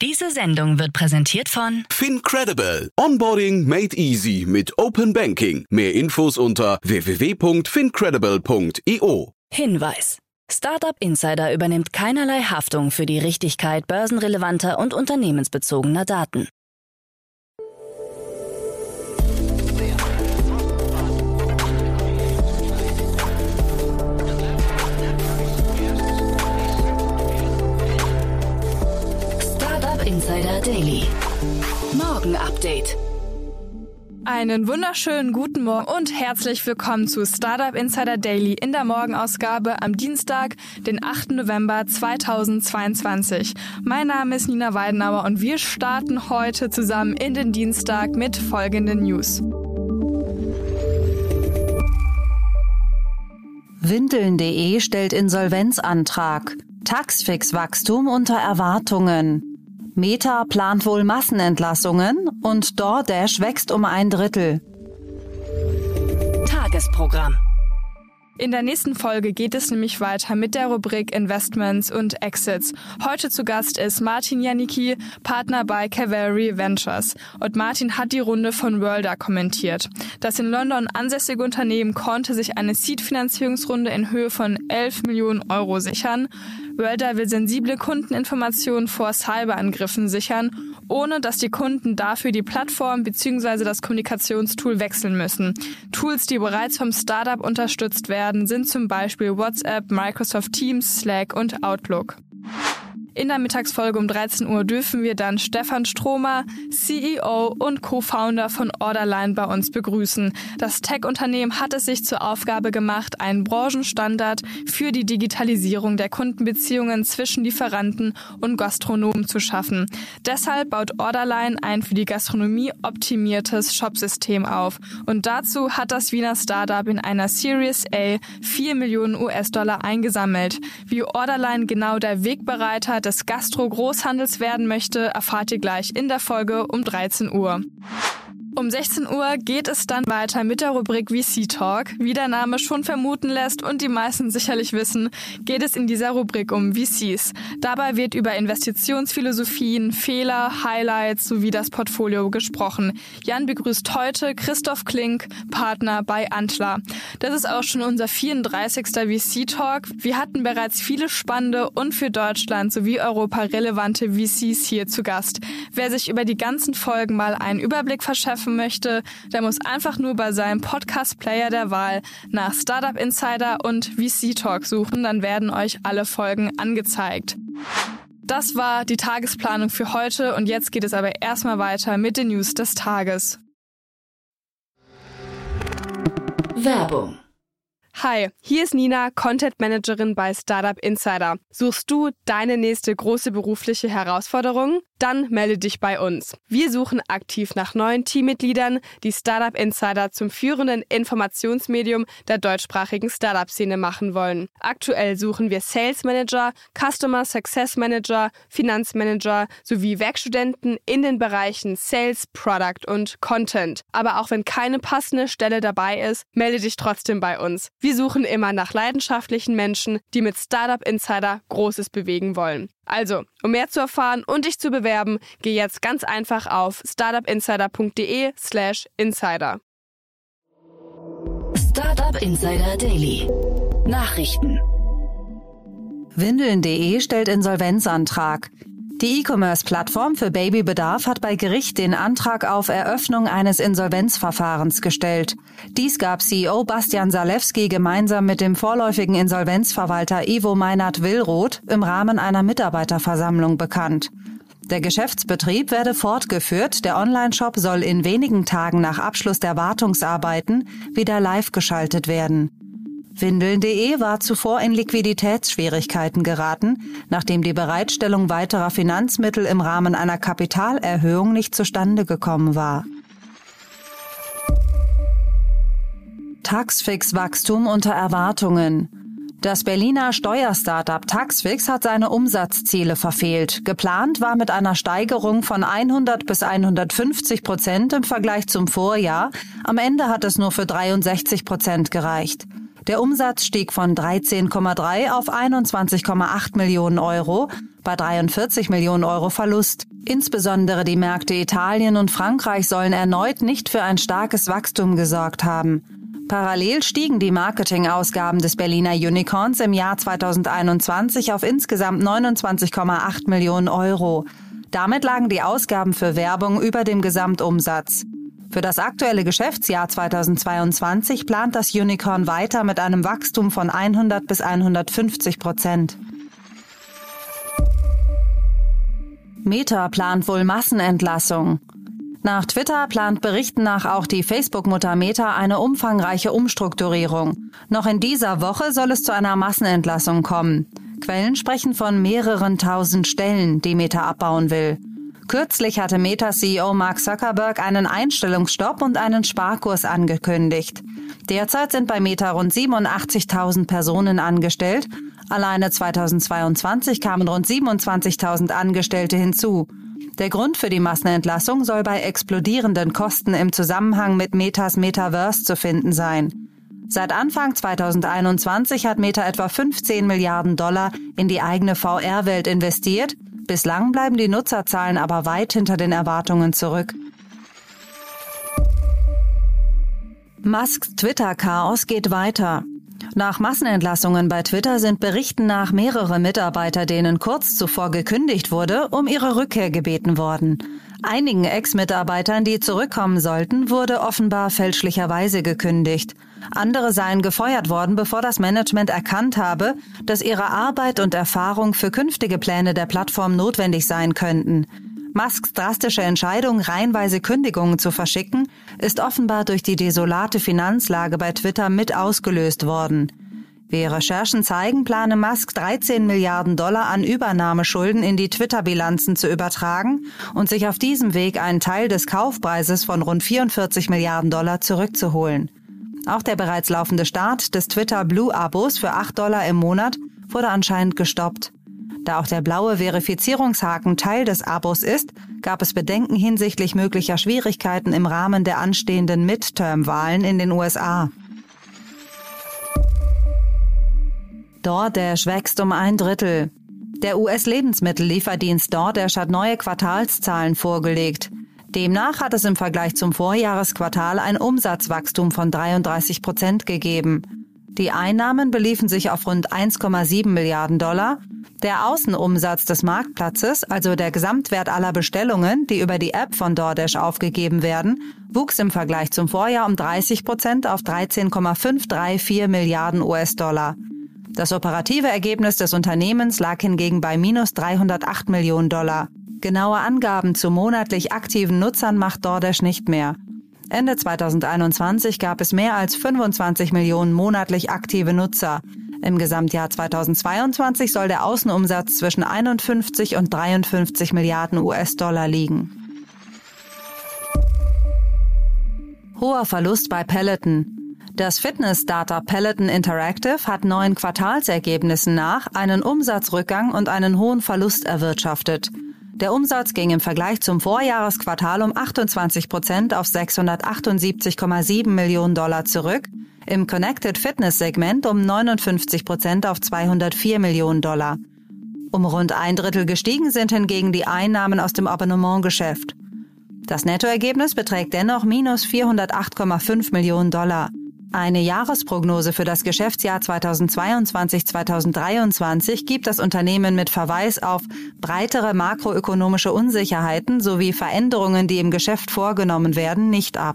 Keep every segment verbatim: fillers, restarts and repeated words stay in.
Diese Sendung wird präsentiert von FinCredible. Onboarding made easy mit Open Banking. Mehr Infos unter w w w punkt fincredible punkt i o. Hinweis. Startup Insider übernimmt keinerlei Haftung für die Richtigkeit börsenrelevanter und unternehmensbezogener Daten. Startup Insider Daily. Morgen Update. Einen wunderschönen guten Morgen und herzlich willkommen zu Startup Insider Daily in der Morgenausgabe am Dienstag, den achten November zweitausendzweiundzwanzig. Mein Name ist Nina Weidenauer und wir starten heute zusammen in den Dienstag mit folgenden News. Windeln punkt de stellt Insolvenzantrag. Taxfix-Wachstum unter Erwartungen. Meta plant wohl Massenentlassungen und DoorDash wächst um ein Drittel. Tagesprogramm. In der nächsten Folge geht es nämlich weiter mit der Rubrik Investments und Exits. Heute zu Gast ist Martin Janicki, Partner bei Cavalry Ventures. Und Martin hat die Runde von Worlder kommentiert. Das in London ansässige Unternehmen konnte sich eine Seed-Finanzierungsrunde in Höhe von elf Millionen Euro sichern. Worlder will sensible Kundeninformationen vor Cyberangriffen sichern, ohne dass die Kunden dafür die Plattform bzw. das Kommunikationstool wechseln müssen. Tools, die bereits vom Startup unterstützt werden, sind zum Beispiel WhatsApp, Microsoft Teams, Slack und Outlook. In der Mittagsfolge um dreizehn Uhr dürfen wir dann Stefan Stromer, C E O und Co-Founder von Orderline bei uns begrüßen. Das Tech-Unternehmen hat es sich zur Aufgabe gemacht, einen Branchenstandard für die Digitalisierung der Kundenbeziehungen zwischen Lieferanten und Gastronomen zu schaffen. Deshalb baut Orderline ein für die Gastronomie optimiertes Shopsystem auf. Und dazu hat das Wiener Startup in einer Series A vier Millionen U S-Dollar eingesammelt. Wie Orderline genau der Wegbereiter des Gastro-Großhandels werden möchte, erfahrt ihr gleich in der Folge um dreizehn Uhr. Um sechzehn Uhr geht es dann weiter mit der Rubrik V C Talk. Wie der Name schon vermuten lässt und die meisten sicherlich wissen, geht es in dieser Rubrik um V Cs. Dabei wird über Investitionsphilosophien, Fehler, Highlights sowie das Portfolio gesprochen. Jan begrüßt heute Christoph Klink, Partner bei Antler. Das ist auch schon unser vierunddreißigster V C Talk. Wir hatten bereits viele spannende und für Deutschland sowie Europa relevante V Cs hier zu Gast. Wer sich über die ganzen Folgen mal einen Überblick verschaffen möchte, der muss einfach nur bei seinem Podcast-Player der Wahl nach Startup Insider und V C Talk suchen, dann werden euch alle Folgen angezeigt. Das war die Tagesplanung für heute und jetzt geht es aber erstmal weiter mit den News des Tages. Werbung. Hi, hier ist Nina, Content Managerin bei Startup Insider. Suchst du deine nächste große berufliche Herausforderung? Dann melde dich bei uns. Wir suchen aktiv nach neuen Teammitgliedern, die Startup Insider zum führenden Informationsmedium der deutschsprachigen Startup-Szene machen wollen. Aktuell suchen wir Sales Manager, Customer Success Manager, Finanzmanager sowie Werkstudenten in den Bereichen Sales, Product und Content. Aber auch wenn keine passende Stelle dabei ist, melde dich trotzdem bei uns. Wir suchen immer nach leidenschaftlichen Menschen, die mit Startup Insider Großes bewegen wollen. Also, um mehr zu erfahren und dich zu bewerben, geh jetzt ganz einfach auf startupinsider punkt de slash insider. Startup Insider Daily. Nachrichten. Windeln punkt de stellt Insolvenzantrag. Die E-Commerce-Plattform für Babybedarf hat bei Gericht den Antrag auf Eröffnung eines Insolvenzverfahrens gestellt. Dies gab C E O Bastian Salewski gemeinsam mit dem vorläufigen Insolvenzverwalter Ivo Meinert-Willroth im Rahmen einer Mitarbeiterversammlung bekannt. Der Geschäftsbetrieb werde fortgeführt, der Onlineshop soll in wenigen Tagen nach Abschluss der Wartungsarbeiten wieder live geschaltet werden. Windeln punkt de war zuvor in Liquiditätsschwierigkeiten geraten, nachdem die Bereitstellung weiterer Finanzmittel im Rahmen einer Kapitalerhöhung nicht zustande gekommen war. Taxfix-Wachstum unter Erwartungen. Das Berliner Steuerstartup Taxfix hat seine Umsatzziele verfehlt. Geplant war mit einer Steigerung von hundert bis hundertfünfzig Prozent im Vergleich zum Vorjahr. Am Ende hat es nur für dreiundsechzig Prozent gereicht. Der Umsatz stieg von dreizehn Komma drei auf einundzwanzig Komma acht Millionen Euro, bei dreiundvierzig Millionen Euro Verlust. Insbesondere die Märkte Italien und Frankreich sollen erneut nicht für ein starkes Wachstum gesorgt haben. Parallel stiegen die Marketingausgaben des Berliner Unicorns im Jahr zweitausendeinundzwanzig auf insgesamt neunundzwanzig Komma acht Millionen Euro. Damit lagen die Ausgaben für Werbung über dem Gesamtumsatz. Für das aktuelle Geschäftsjahr zweitausendzweiundzwanzig plant das Unicorn weiter mit einem Wachstum von hundert bis hundertfünfzig Prozent. Meta plant wohl Massenentlassung. Nach Twitter plant Berichten nach auch die Facebook-Mutter Meta eine umfangreiche Umstrukturierung. Noch in dieser Woche soll es zu einer Massenentlassung kommen. Quellen sprechen von mehreren tausend Stellen, die Meta abbauen will. Kürzlich hatte Meta-C E O Mark Zuckerberg einen Einstellungsstopp und einen Sparkurs angekündigt. Derzeit sind bei Meta rund siebenundachtzigtausend Personen angestellt. Alleine zweitausendzweiundzwanzig kamen rund siebenundzwanzigtausend Angestellte hinzu. Der Grund für die Massenentlassung soll bei explodierenden Kosten im Zusammenhang mit Metas Metaverse zu finden sein. Seit Anfang zweitausendeinundzwanzig hat Meta etwa fünfzehn Milliarden Dollar in die eigene V R-Welt investiert. Bislang bleiben die Nutzerzahlen aber weit hinter den Erwartungen zurück. Musks Twitter-Chaos geht weiter. Nach Massenentlassungen bei Twitter sind Berichten nach mehrere Mitarbeiter, denen kurz zuvor gekündigt wurde, um ihre Rückkehr gebeten worden. Einigen Ex-Mitarbeitern, die zurückkommen sollten, wurde offenbar fälschlicherweise gekündigt. Andere seien gefeuert worden, bevor das Management erkannt habe, dass ihre Arbeit und Erfahrung für künftige Pläne der Plattform notwendig sein könnten. Musks drastische Entscheidung, reihenweise Kündigungen zu verschicken, ist offenbar durch die desolate Finanzlage bei Twitter mit ausgelöst worden. Wie Recherchen zeigen, plane Musk dreizehn Milliarden Dollar an Übernahmeschulden in die Twitter-Bilanzen zu übertragen und sich auf diesem Weg einen Teil des Kaufpreises von rund vierundvierzig Milliarden Dollar zurückzuholen. Auch der bereits laufende Start des Twitter Blue-Abos für acht Dollar im Monat wurde anscheinend gestoppt. Da auch der blaue Verifizierungshaken Teil des Abos ist, gab es Bedenken hinsichtlich möglicher Schwierigkeiten im Rahmen der anstehenden Midterm-Wahlen in den U S A. DoorDash wächst um ein Drittel. Der U S-Lebensmittellieferdienst DoorDash hat neue Quartalszahlen vorgelegt. Demnach hat es im Vergleich zum Vorjahresquartal ein Umsatzwachstum von dreiunddreißig Prozent gegeben. Die Einnahmen beliefen sich auf rund eins Komma sieben Milliarden Dollar. Der Außenumsatz des Marktplatzes, also der Gesamtwert aller Bestellungen, die über die App von DoorDash aufgegeben werden, wuchs im Vergleich zum Vorjahr um dreißig Prozent auf dreizehn Komma fünfhundertvierundreißig Milliarden U S-Dollar. Das operative Ergebnis des Unternehmens lag hingegen bei minus dreihundertacht Millionen Dollar. Genaue Angaben zu monatlich aktiven Nutzern macht DoorDash nicht mehr. Ende zweitausendeinundzwanzig gab es mehr als fünfundzwanzig Millionen monatlich aktive Nutzer. Im Gesamtjahr zweitausendzweiundzwanzig soll der Außenumsatz zwischen einundfünfzig und dreiundfünfzig Milliarden U S-Dollar liegen. Hoher Verlust bei Peloton. Das Fitness-Startup Peloton Interactive hat neuen Quartalsergebnissen nach einen Umsatzrückgang und einen hohen Verlust erwirtschaftet. Der Umsatz ging im Vergleich zum Vorjahresquartal um achtundzwanzig Prozent auf sechshundertachtundsiebzig Komma sieben Millionen Dollar zurück, im Connected Fitness Segment um neunundfünfzig Prozent auf zweihundertvier Millionen Dollar. Um rund ein Drittel gestiegen sind hingegen die Einnahmen aus dem Abonnementgeschäft. Das Nettoergebnis beträgt dennoch minus vierhundertacht Komma fünf Millionen Dollar. Eine Jahresprognose für das Geschäftsjahr zweitausendzweiundzwanzig zweitausenddreiundzwanzig gibt das Unternehmen mit Verweis auf breitere makroökonomische Unsicherheiten sowie Veränderungen, die im Geschäft vorgenommen werden, nicht ab.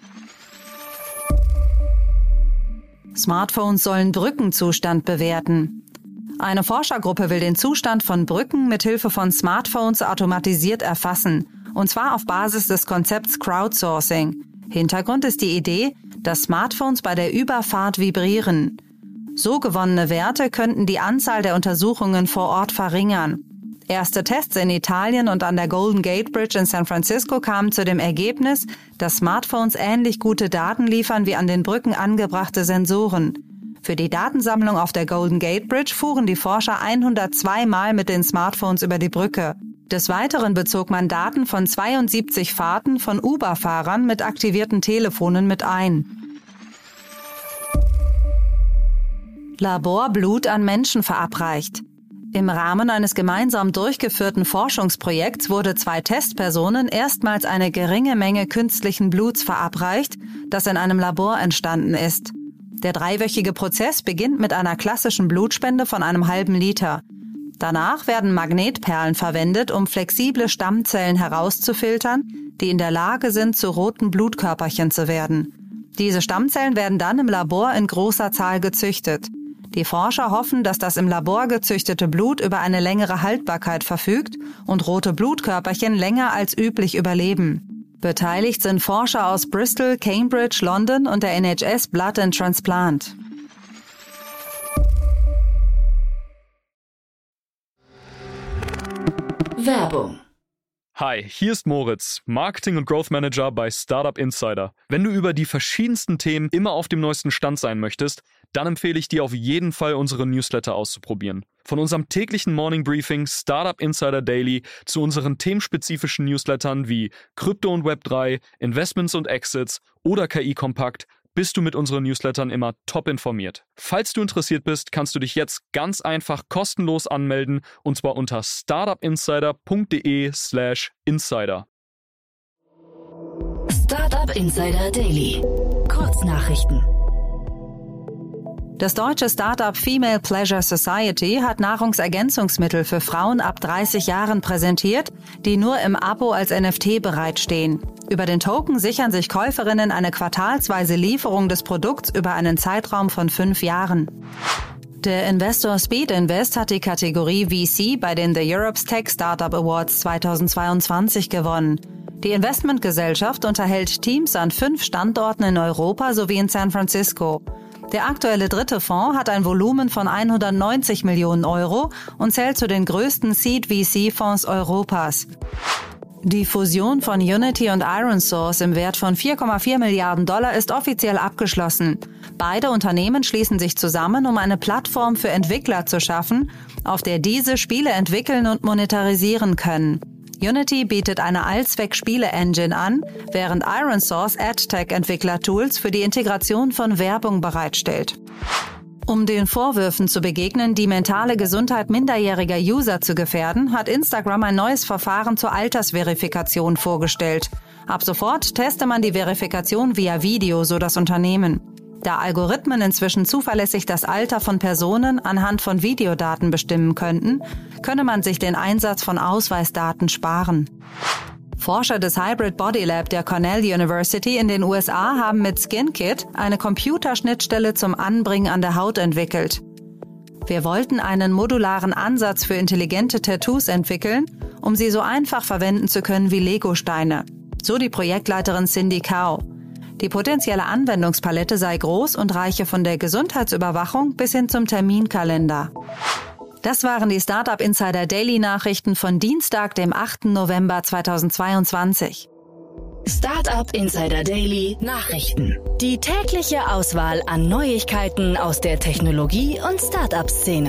Smartphones sollen Brückenzustand bewerten. Eine Forschergruppe will den Zustand von Brücken mit Hilfe von Smartphones automatisiert erfassen, und zwar auf Basis des Konzepts Crowdsourcing. Hintergrund ist die Idee, dass Smartphones bei der Überfahrt vibrieren. So gewonnene Werte könnten die Anzahl der Untersuchungen vor Ort verringern. Erste Tests in Italien und an der Golden Gate Bridge in San Francisco kamen zu dem Ergebnis, dass Smartphones ähnlich gute Daten liefern wie an den Brücken angebrachte Sensoren. Für die Datensammlung auf der Golden Gate Bridge fuhren die Forscher hundertzwei Mal mit den Smartphones über die Brücke. Des Weiteren bezog man Daten von zweiundsiebzig Fahrten von Uber-Fahrern mit aktivierten Telefonen mit ein. Laborblut an Menschen verabreicht. Im Rahmen eines gemeinsam durchgeführten Forschungsprojekts wurde zwei Testpersonen erstmals eine geringe Menge künstlichen Bluts verabreicht, das in einem Labor entstanden ist. Der dreiwöchige Prozess beginnt mit einer klassischen Blutspende von einem halben Liter. Danach werden Magnetperlen verwendet, um flexible Stammzellen herauszufiltern, die in der Lage sind, zu roten Blutkörperchen zu werden. Diese Stammzellen werden dann im Labor in großer Zahl gezüchtet. Die Forscher hoffen, dass das im Labor gezüchtete Blut über eine längere Haltbarkeit verfügt und rote Blutkörperchen länger als üblich überleben. Beteiligt sind Forscher aus Bristol, Cambridge, London und der N H S Blood and Transplant. Werbung. Hi, hier ist Moritz, Marketing- und Growth Manager bei Startup Insider. Wenn du über die verschiedensten Themen immer auf dem neuesten Stand sein möchtest, dann empfehle ich dir auf jeden Fall, unsere Newsletter auszuprobieren. Von unserem täglichen Morning Briefing Startup Insider Daily zu unseren themenspezifischen Newslettern wie Krypto und Web drei, Investments und Exits oder K I-Kompakt, bist du mit unseren Newslettern immer top informiert. Falls du interessiert bist, kannst du dich jetzt ganz einfach kostenlos anmelden und zwar unter startupinsider.de slash insider. Startup Insider Daily. Kurznachrichten. Das deutsche Startup Female Pleasure Society hat Nahrungsergänzungsmittel für Frauen ab dreißig Jahren präsentiert, die nur im Abo als N F T bereitstehen. Über den Token sichern sich Käuferinnen eine quartalsweise Lieferung des Produkts über einen Zeitraum von fünf Jahren. Der Investor Speed Invest hat die Kategorie V C bei den The Europe's Tech Startup Awards zweitausendzweiundzwanzig gewonnen. Die Investmentgesellschaft unterhält Teams an fünf Standorten in Europa sowie in San Francisco. Der aktuelle dritte Fonds hat ein Volumen von hundertneunzig Millionen Euro und zählt zu den größten Seed-V C-Fonds Europas. Die Fusion von Unity und ironSource im Wert von vier Komma vier Milliarden Dollar ist offiziell abgeschlossen. Beide Unternehmen schließen sich zusammen, um eine Plattform für Entwickler zu schaffen, auf der diese Spiele entwickeln und monetarisieren können. Unity bietet eine Allzweck-Spiele-Engine an, während ironSource AdTech-Entwickler-Tools für die Integration von Werbung bereitstellt. Um den Vorwürfen zu begegnen, die mentale Gesundheit minderjähriger User zu gefährden, hat Instagram ein neues Verfahren zur Altersverifikation vorgestellt. Ab sofort teste man die Verifikation via Video, so das Unternehmen. Da Algorithmen inzwischen zuverlässig das Alter von Personen anhand von Videodaten bestimmen könnten, könne man sich den Einsatz von Ausweisdaten sparen. Forscher des Hybrid Body Lab der Cornell University in den U S A haben mit SkinKit eine Computerschnittstelle zum Anbringen an der Haut entwickelt. Wir wollten einen modularen Ansatz für intelligente Tattoos entwickeln, um sie so einfach verwenden zu können wie Legosteine. So die Projektleiterin Cindy Kao. Die potenzielle Anwendungspalette sei groß und reiche von der Gesundheitsüberwachung bis hin zum Terminkalender. Das waren die Startup Insider Daily Nachrichten von Dienstag, dem achten November zweitausendzweiundzwanzig. Startup Insider Daily Nachrichten. Die tägliche Auswahl an Neuigkeiten aus der Technologie- und Startup-Szene.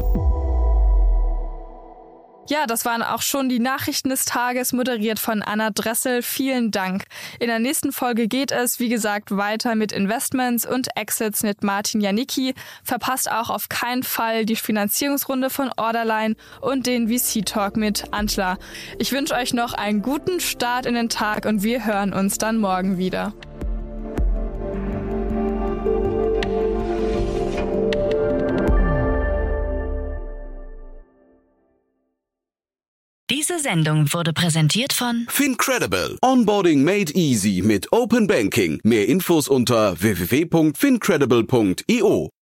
Ja, das waren auch schon die Nachrichten des Tages, moderiert von Anna Dressel. Vielen Dank. In der nächsten Folge geht es, wie gesagt, weiter mit Investments und Exits mit Martin Janicki. Verpasst auch auf keinen Fall die Finanzierungsrunde von Orderline und den V C-Talk mit Antler. Ich wünsche euch noch einen guten Start in den Tag und wir hören uns dann morgen wieder. Diese Sendung wurde präsentiert von FinCredible. Onboarding made easy mit Open Banking. Mehr Infos unter w w w punkt fincredible punkt i o.